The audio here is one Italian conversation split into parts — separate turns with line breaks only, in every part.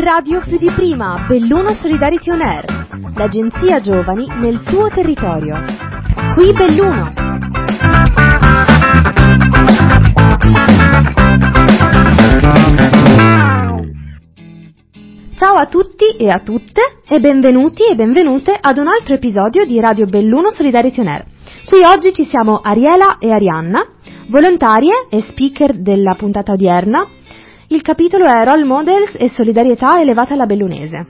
Radio più di prima, Belluno Solidarity On Air, l'agenzia giovani nel tuo territorio. Qui Belluno. Ciao a tutti e a tutte e benvenuti e benvenute ad un altro episodio di Radio Belluno Solidarity On Air. Qui oggi ci siamo Ariela e Arianna, volontarie e speaker della puntata odierna. Il capitolo è Role Models e solidarietà elevata alla bellunese.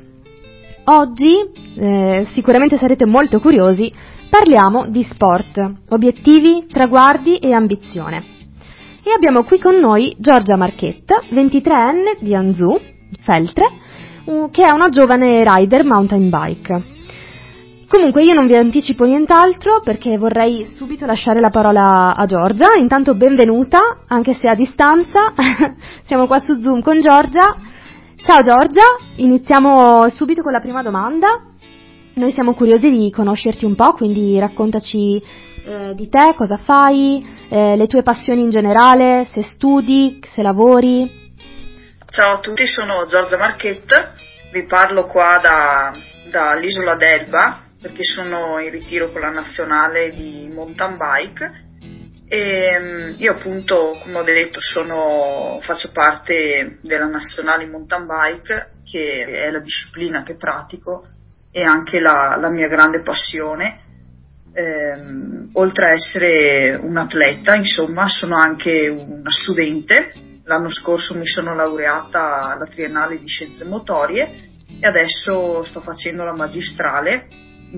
Oggi, sicuramente sarete molto curiosi, parliamo di sport, obiettivi, traguardi e ambizione. E abbiamo qui con noi Giorgia Marchetta, 23enne di Anzù, Feltre, che è una giovane rider mountain bike. Comunque io non vi anticipo nient'altro perché vorrei subito lasciare la parola a Giorgia. Intanto benvenuta, anche se a distanza. Siamo qua su Zoom con Giorgia. Ciao Giorgia, iniziamo subito con la prima domanda. Noi siamo curiosi di conoscerti un po', quindi raccontaci di te, cosa fai, le tue passioni in generale, se studi, se lavori.
Ciao a tutti, sono Giorgia Marchetta, vi parlo qua dall'isola d'Elba perché sono in ritiro con la nazionale di mountain bike e io appunto, come ho detto, faccio parte della nazionale mountain bike, che è la disciplina che pratico e anche la mia grande passione. Oltre a essere un atleta, insomma, sono anche una studente. L'anno scorso mi sono laureata alla triennale di scienze motorie e adesso sto facendo la magistrale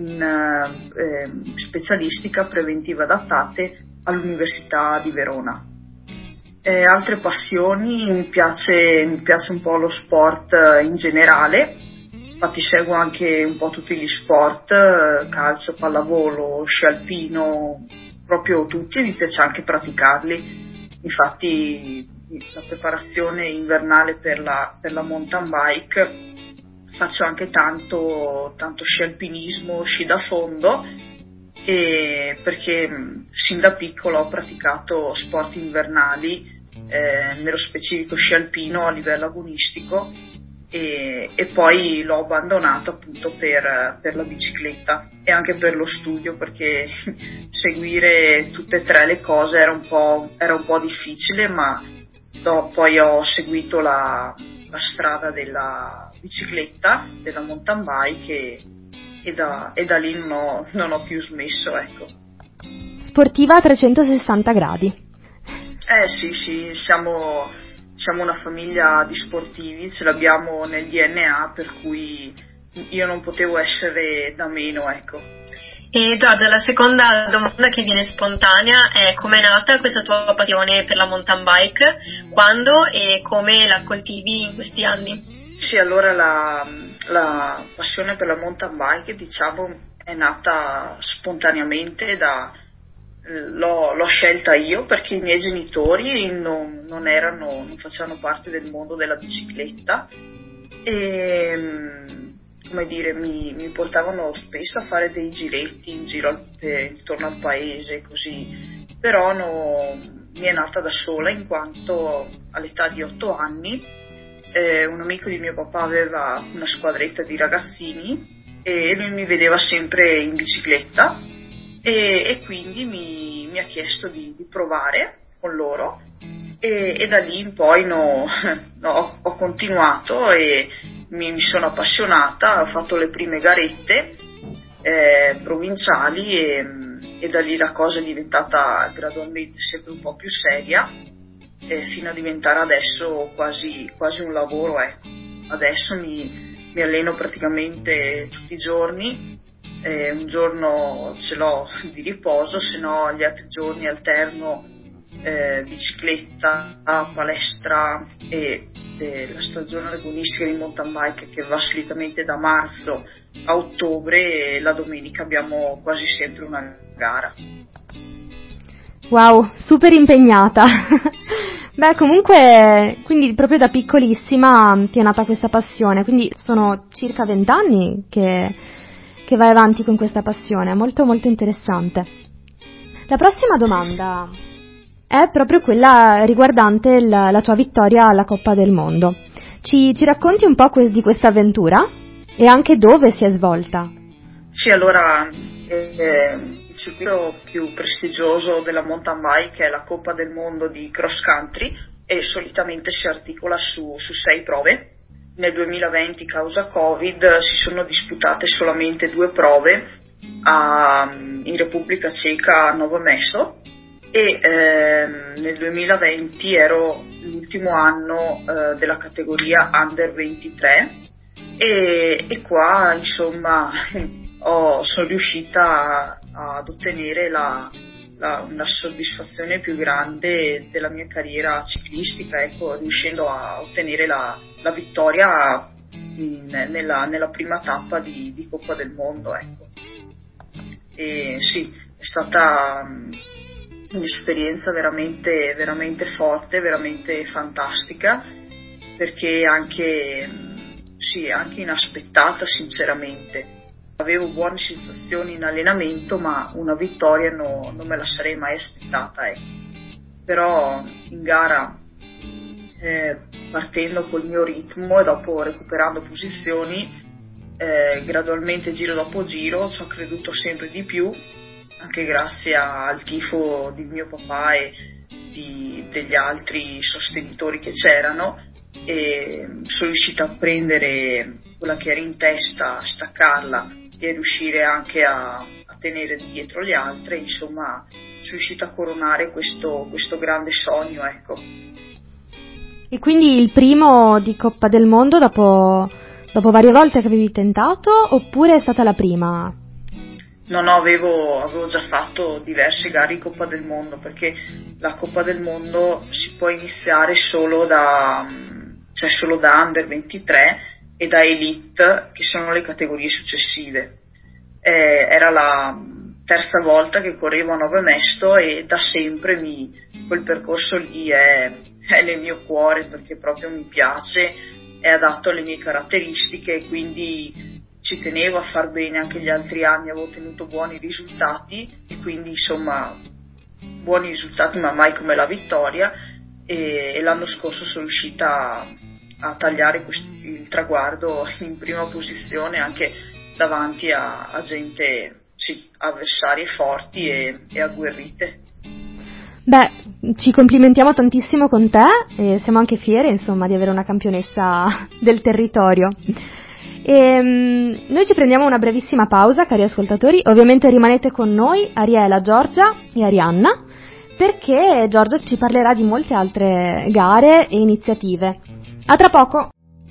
in specialistica preventive adattate all'Università di Verona. Altre passioni, mi piace un po' lo sport in generale, infatti seguo anche un po' tutti gli sport, calcio, pallavolo, sci alpino, proprio tutti, mi piace anche praticarli. Infatti la preparazione invernale per la mountain bike faccio anche tanto sci alpinismo, sci da fondo, e perché sin da piccola ho praticato sport invernali, nello specifico sci alpino a livello agonistico, e poi l'ho abbandonato appunto per la bicicletta e anche per lo studio, perché seguire tutte e tre le cose era un po' difficile, ma poi ho seguito la strada della bicicletta, della mountain bike e da lì non ho più smesso, ecco.
Sportiva a 360 gradi.
Sì, siamo una famiglia di sportivi, ce l'abbiamo nel DNA, per cui io non potevo essere da meno, ecco.
E Giorgia, la seconda domanda che viene spontanea è: com'è nata questa tua passione per la mountain bike, quando e come la coltivi in questi anni?
Sì, allora la passione per la mountain bike, diciamo, è nata spontaneamente, l'ho scelta io perché i miei genitori non facevano parte del mondo della bicicletta e come dire, mi portavano spesso a fare dei giretti in giro intorno al paese, così, però mi è nata da sola, in quanto all'età di 8 anni un amico di mio papà aveva una squadretta di ragazzini e lui mi vedeva sempre in bicicletta e quindi mi ha chiesto di provare con loro e da lì in poi ho continuato e mi sono appassionata, ho fatto le prime garette provinciali e da lì la cosa è diventata gradualmente sempre un po' più seria, fino a diventare adesso quasi un lavoro, ecco. Adesso mi alleno praticamente tutti i giorni, un giorno ce l'ho di riposo, se no gli altri giorni alterno bicicletta, palestra e la stagione agonistica di mountain bike, che va solitamente da marzo a ottobre, e la domenica abbiamo quasi sempre una gara.
Wow, super impegnata. Beh, comunque, quindi proprio da piccolissima ti è nata questa passione, quindi sono circa 20 anni che vai avanti con questa passione, molto molto interessante. La prossima domanda è proprio quella riguardante la tua vittoria alla Coppa del Mondo. Ci racconti un po' di questa avventura e anche dove si è svolta?
Sì, allora il circuito più prestigioso della mountain bike è la Coppa del Mondo di cross country e solitamente si articola su 6 prove. Nel 2020, causa Covid, si sono disputate solamente 2 prove in Repubblica Ceca a Novo Mesto e nel 2020 ero l'ultimo anno della categoria Under 23 e qua insomma sono riuscita ad ottenere la soddisfazione più grande della mia carriera ciclistica, ecco, riuscendo a ottenere la vittoria nella prima tappa di Coppa del Mondo, ecco. E sì, è stata un'esperienza veramente, veramente forte, veramente fantastica, perché anche inaspettata sinceramente. Avevo buone sensazioni in allenamento, ma una vittoria non me la sarei mai aspettata, ecco. Però in gara, partendo col mio ritmo e dopo recuperando posizioni, gradualmente giro dopo giro ci ho creduto sempre di più, anche grazie al tifo di mio papà e degli altri sostenitori che c'erano, e sono riuscita a prendere quella che era in testa, a staccarla e riuscire anche a tenere dietro gli altri. Insomma, sono riuscita a coronare questo grande sogno, ecco.
E quindi il primo di Coppa del Mondo dopo varie volte che avevi tentato, oppure è stata la prima?
No, avevo già fatto diverse gare in Coppa del Mondo, perché la Coppa del Mondo si può iniziare solo da Under 23 e da Elite, che sono le categorie successive. Era la terza volta che correvo a Novo Mesto e da sempre quel percorso lì è nel mio cuore, perché proprio mi piace, è adatto alle mie caratteristiche e quindi ci tenevo a far bene. Anche gli altri anni avevo ottenuto buoni risultati e quindi insomma buoni risultati, ma mai come la vittoria, e l'anno scorso sono riuscita a tagliare il traguardo in prima posizione anche davanti a gente, sì, avversarie forti e agguerrite.
Beh, ci complimentiamo tantissimo con te e siamo anche fiere, insomma, di avere una campionessa del territorio. Noi ci prendiamo una brevissima pausa, cari ascoltatori. Ovviamente rimanete con noi, Ariela, Giorgia e Arianna, perché Giorgia ci parlerà di molte altre gare e iniziative. A tra poco!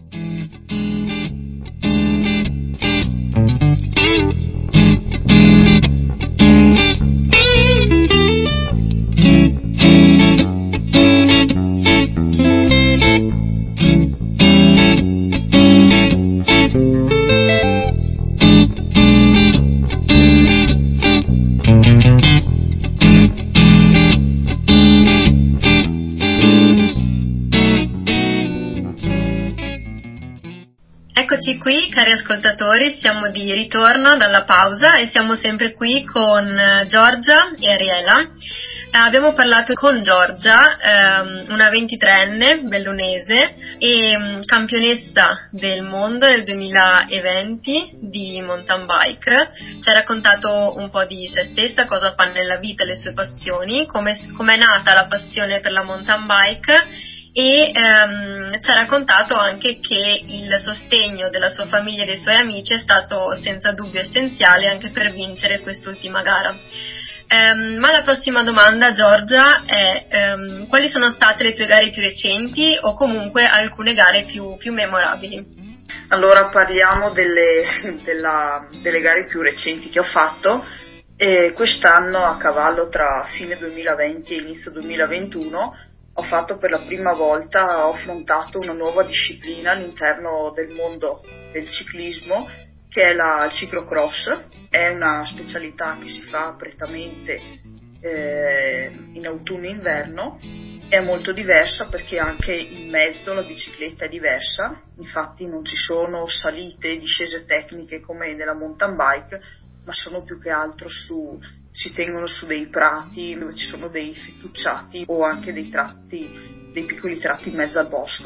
Eccoci qui, cari ascoltatori, siamo di ritorno dalla pausa e siamo sempre qui con Giorgia e Ariela. Abbiamo parlato con Giorgia, una 23enne bellunese e campionessa del mondo nel 2020 di mountain bike. Ci ha raccontato un po' di se stessa, cosa fa nella vita, le sue passioni, come è nata la passione per la mountain bike, e ci ha raccontato anche che il sostegno della sua famiglia e dei suoi amici è stato senza dubbio essenziale anche per vincere quest'ultima gara. Ma la prossima domanda, Giorgia, è quali sono state le tue gare più recenti o comunque alcune gare più memorabili?
Allora parliamo delle gare più recenti che ho fatto. E quest'anno, a cavallo tra fine 2020 e inizio 2021, ho fatto per la prima volta, ho affrontato una nuova disciplina all'interno del mondo del ciclismo, che è il ciclocross. È una specialità che si fa prettamente in autunno e inverno. È molto diversa perché anche in mezzo la bicicletta è diversa, infatti non ci sono salite e discese tecniche come nella mountain bike, ma sono più che altro si tengono su dei prati dove ci sono dei fettucciati o anche dei piccoli tratti in mezzo al bosco.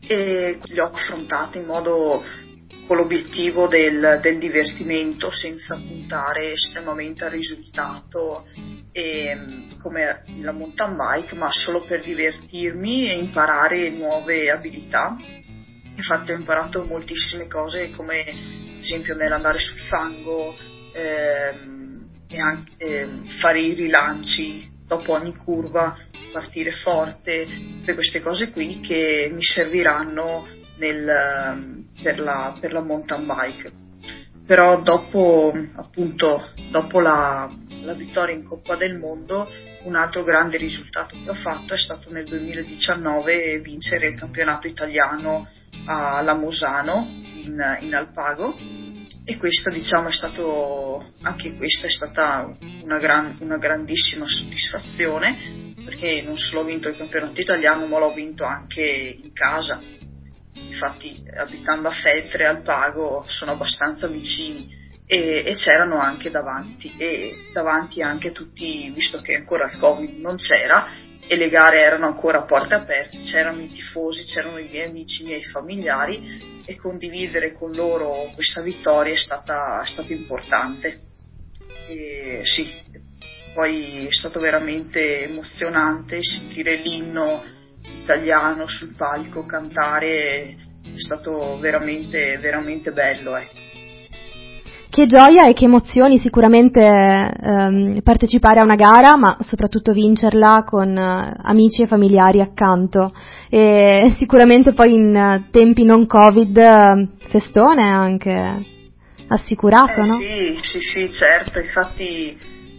e li ho affrontati in modo con l'obiettivo del divertimento, senza puntare estremamente al risultato come la mountain bike, ma solo per divertirmi e imparare nuove abilità. Infatti ho imparato moltissime cose, come ad esempio nell'andare sul fango e anche fare i rilanci dopo ogni curva, partire forte, tutte queste cose qui che mi serviranno per la mountain bike. Però dopo la vittoria in Coppa del Mondo, un altro grande risultato che ho fatto è stato nel 2019 vincere il campionato italiano a Lamosano in Alpago, e questo diciamo anche questa è stata una grandissima soddisfazione, perché non solo ho vinto il campionato italiano, ma l'ho vinto anche in casa. Infatti, abitando a Feltre e Alpago sono abbastanza vicini, e c'erano anche davanti anche tutti, visto che ancora il Covid non c'era e le gare erano ancora a porte aperte, c'erano i tifosi, c'erano i miei amici, i miei familiari, e condividere con loro questa vittoria è stato importante. E sì, poi è stato veramente emozionante sentire l'inno italiano sul palco cantare, è stato veramente veramente bello, ecco.
Che gioia e che emozioni sicuramente partecipare a una gara, ma soprattutto vincerla con amici e familiari accanto. E sicuramente poi in tempi non Covid festone anche assicurato, no?
Sì, certo, infatti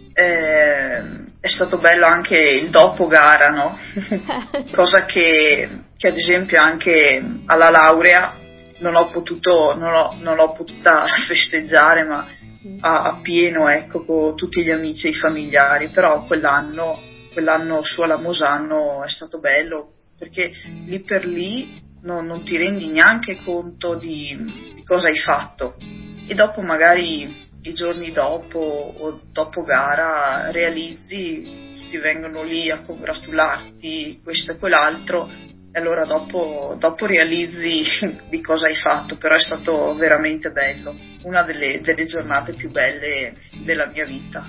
è stato bello anche il dopo gara, no? Cosa che ad esempio anche alla laurea non l'ho potuta festeggiare, ma a pieno, ecco, con tutti gli amici e i familiari. Però quell'anno su Alamosano è stato bello, perché lì per lì non ti rendi neanche conto di cosa hai fatto, e dopo magari i giorni dopo o dopo gara realizzi, ti vengono lì a congratularti questo e quell'altro, e allora dopo realizzi di cosa hai fatto. Però è stato veramente bello, una delle giornate più belle della mia vita.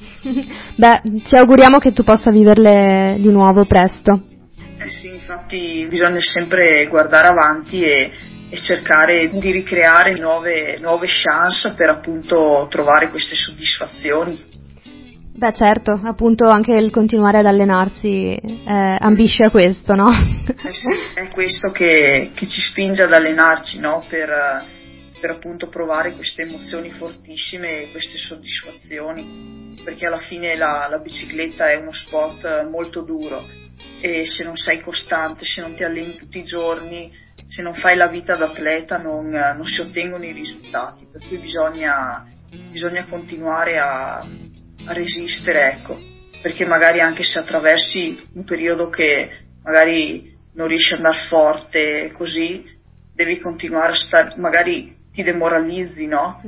Beh, ci auguriamo che tu possa viverle di nuovo presto.
Sì, infatti bisogna sempre guardare avanti e cercare di ricreare nuove chance per appunto trovare queste soddisfazioni.
Beh, certo, appunto anche il continuare ad allenarsi ambisce a questo, no?
Sì, è questo che ci spinge ad allenarci, no? Per appunto provare queste emozioni fortissime e queste soddisfazioni, perché alla fine la bicicletta è uno sport molto duro, e se non sei costante, se non ti alleni tutti i giorni, se non fai la vita d'atleta, non si ottengono i risultati, per cui bisogna continuare a resistere, ecco, perché magari anche se attraversi un periodo che magari non riesci ad andare forte così, devi continuare a stare, magari ti demoralizzi, no?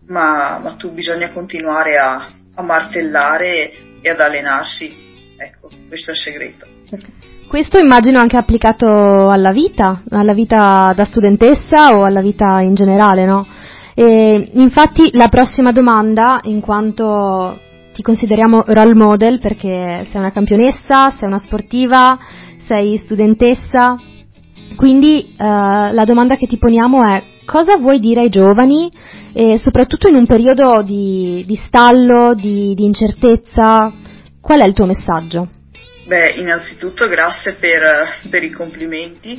Ma tu bisogna continuare a martellare e ad allenarsi, ecco, questo è il segreto.
Questo immagino anche applicato alla vita da studentessa o alla vita in generale, no? E infatti la prossima domanda, in quanto ti consideriamo role model perché sei una campionessa, sei una sportiva, sei studentessa, quindi la domanda che ti poniamo è: cosa vuoi dire ai giovani, soprattutto in un periodo di stallo, di incertezza? Qual è il tuo messaggio?
Beh, innanzitutto grazie per i complimenti,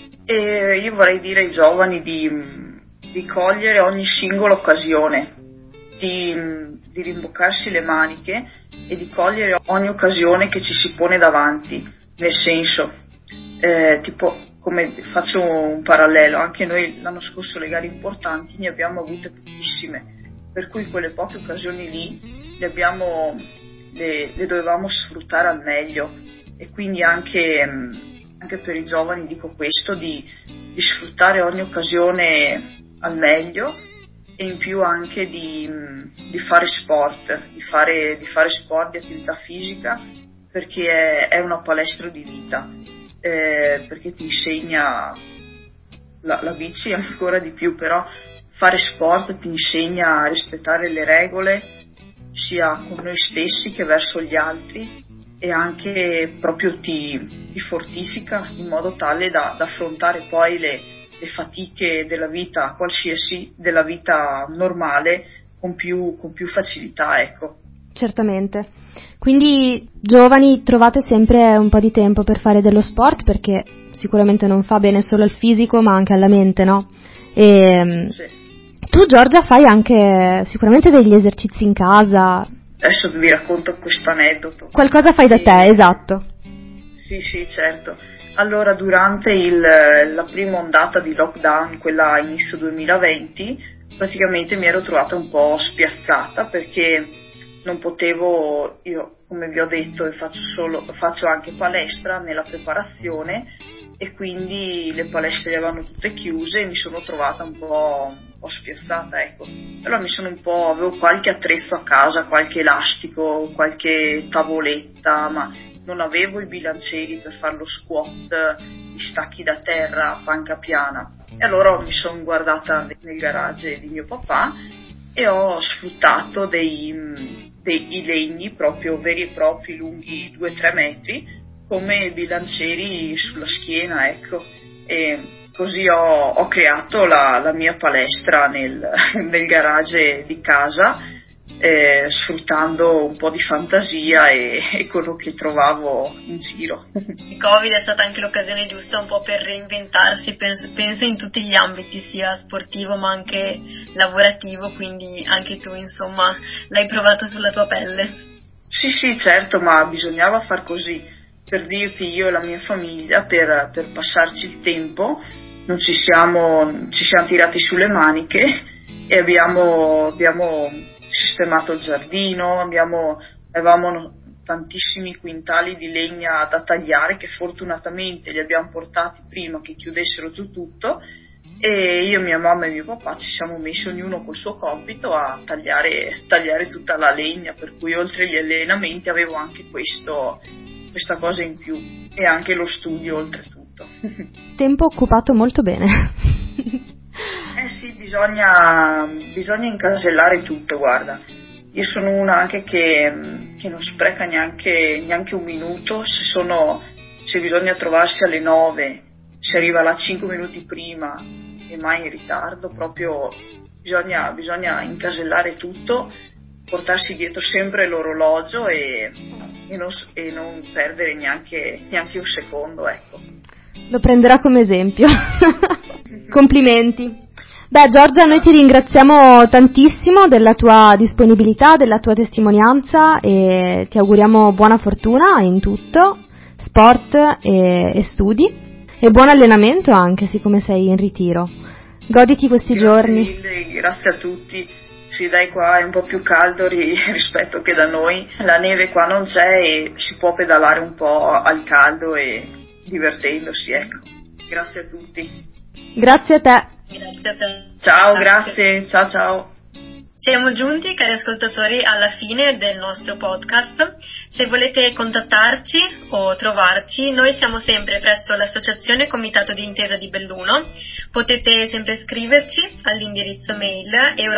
e io vorrei dire ai giovani di cogliere ogni singola occasione, di rimboccarsi le maniche e di cogliere ogni occasione che ci si pone davanti, nel senso, tipo, come faccio un parallelo, anche noi l'anno scorso le gare importanti ne abbiamo avute pochissime, per cui quelle poche occasioni lì le dovevamo sfruttare al meglio, e quindi anche per i giovani dico questo, di sfruttare ogni occasione al meglio, e in più anche di fare sport, di fare sport, di attività fisica, perché è una palestra di vita, perché ti insegna la bici ancora di più, però fare sport ti insegna a rispettare le regole sia con noi stessi che verso gli altri, e anche proprio ti fortifica in modo tale da affrontare poi le fatiche della vita qualsiasi, della vita normale, con più facilità, ecco.
Certamente. Quindi giovani, trovate sempre un po' di tempo per fare dello sport, perché sicuramente non fa bene solo al fisico ma anche alla mente, no?
Sì.
Tu, Giorgia, fai anche sicuramente degli esercizi in casa.
Adesso vi racconto questo aneddoto.
Qualcosa fai da te, esatto.
Sì, certo. Allora, durante la prima ondata di lockdown, quella a inizio 2020, praticamente mi ero trovata un po' spiazzata, perché non potevo, io come vi ho detto faccio anche palestra nella preparazione, e quindi le palestre le avevano tutte chiuse e mi sono trovata un po' spiazzata, ecco. Allora avevo qualche attrezzo a casa, qualche elastico, qualche tavoletta, ma non avevo i bilancieri per fare lo squat, gli stacchi da terra, panca piana. E allora mi sono guardata nel garage di mio papà e ho sfruttato dei legni proprio veri e propri, lunghi 2-3 metri, come bilancieri sulla schiena, ecco. E così ho creato la mia palestra nel garage di casa, sfruttando un po' di fantasia e quello che trovavo in giro.
Il Covid è stata anche l'occasione giusta un po' per reinventarsi, penso in tutti gli ambiti, sia sportivo ma anche lavorativo, quindi anche tu, insomma, l'hai provato sulla tua pelle.
Sì, certo, ma bisognava far così. Per dirti, io e la mia famiglia, per passarci il tempo, non ci siamo tirati sulle maniche e abbiamo sistemato il giardino, avevamo tantissimi quintali di legna da tagliare, che fortunatamente li abbiamo portati prima che chiudessero giù tutto, e io, mia mamma e mio papà ci siamo messi ognuno col suo compito a tagliare tutta la legna, per cui oltre agli allenamenti avevo anche questa cosa in più, e anche lo studio oltretutto.
Tempo occupato molto bene.
Sì, bisogna incasellare tutto, guarda. Io sono una anche che non spreca neanche un minuto. Se bisogna trovarsi alle 9, si arriva là 5 minuti prima e mai in ritardo. Proprio bisogna incasellare tutto, portarsi dietro sempre l'orologio e non perdere neanche un secondo, ecco.
Lo prenderà come esempio. Complimenti. Beh, Giorgia, noi ti ringraziamo tantissimo della tua disponibilità, della tua testimonianza, e ti auguriamo buona fortuna in tutto, sport e studi, e buon allenamento anche, siccome sei in ritiro. Goditi questi giorni.
Mille, grazie a tutti. Sì, dai, qua è un po' più caldo rispetto che da noi. La neve qua non c'è e si può pedalare un po' al caldo e divertendosi, ecco. Grazie a tutti.
Grazie a te.
Grazie a te.
Ciao, grazie. Ciao.
Siamo giunti, cari ascoltatori, alla fine del nostro podcast. Se volete contattarci o trovarci, noi siamo sempre presso l'Associazione Comitato di Intesa di Belluno. Potete sempre scriverci all'indirizzo mail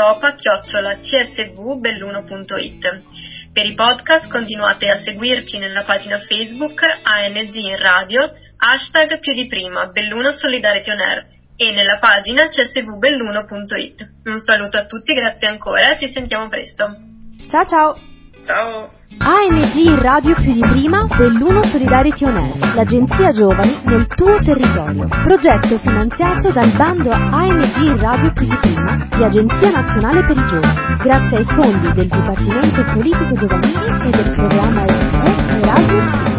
europa@csvbelluno.it. Per i podcast continuate a seguirci nella pagina Facebook ANG in Radio, #piudiprima Belluno Solidarity On Air, e nella pagina csvbelluno.it. Un saluto a tutti, grazie ancora, ci sentiamo presto.
Ciao. ANG in Radio più di prima, Belluno Solidarity On Air, l'agenzia giovani nel tuo territorio. Progetto finanziato dal bando ANG in Radio più di prima di Agenzia Nazionale per i Giovani, grazie ai fondi del Dipartimento Politico Giovanili e del programma Erasmus.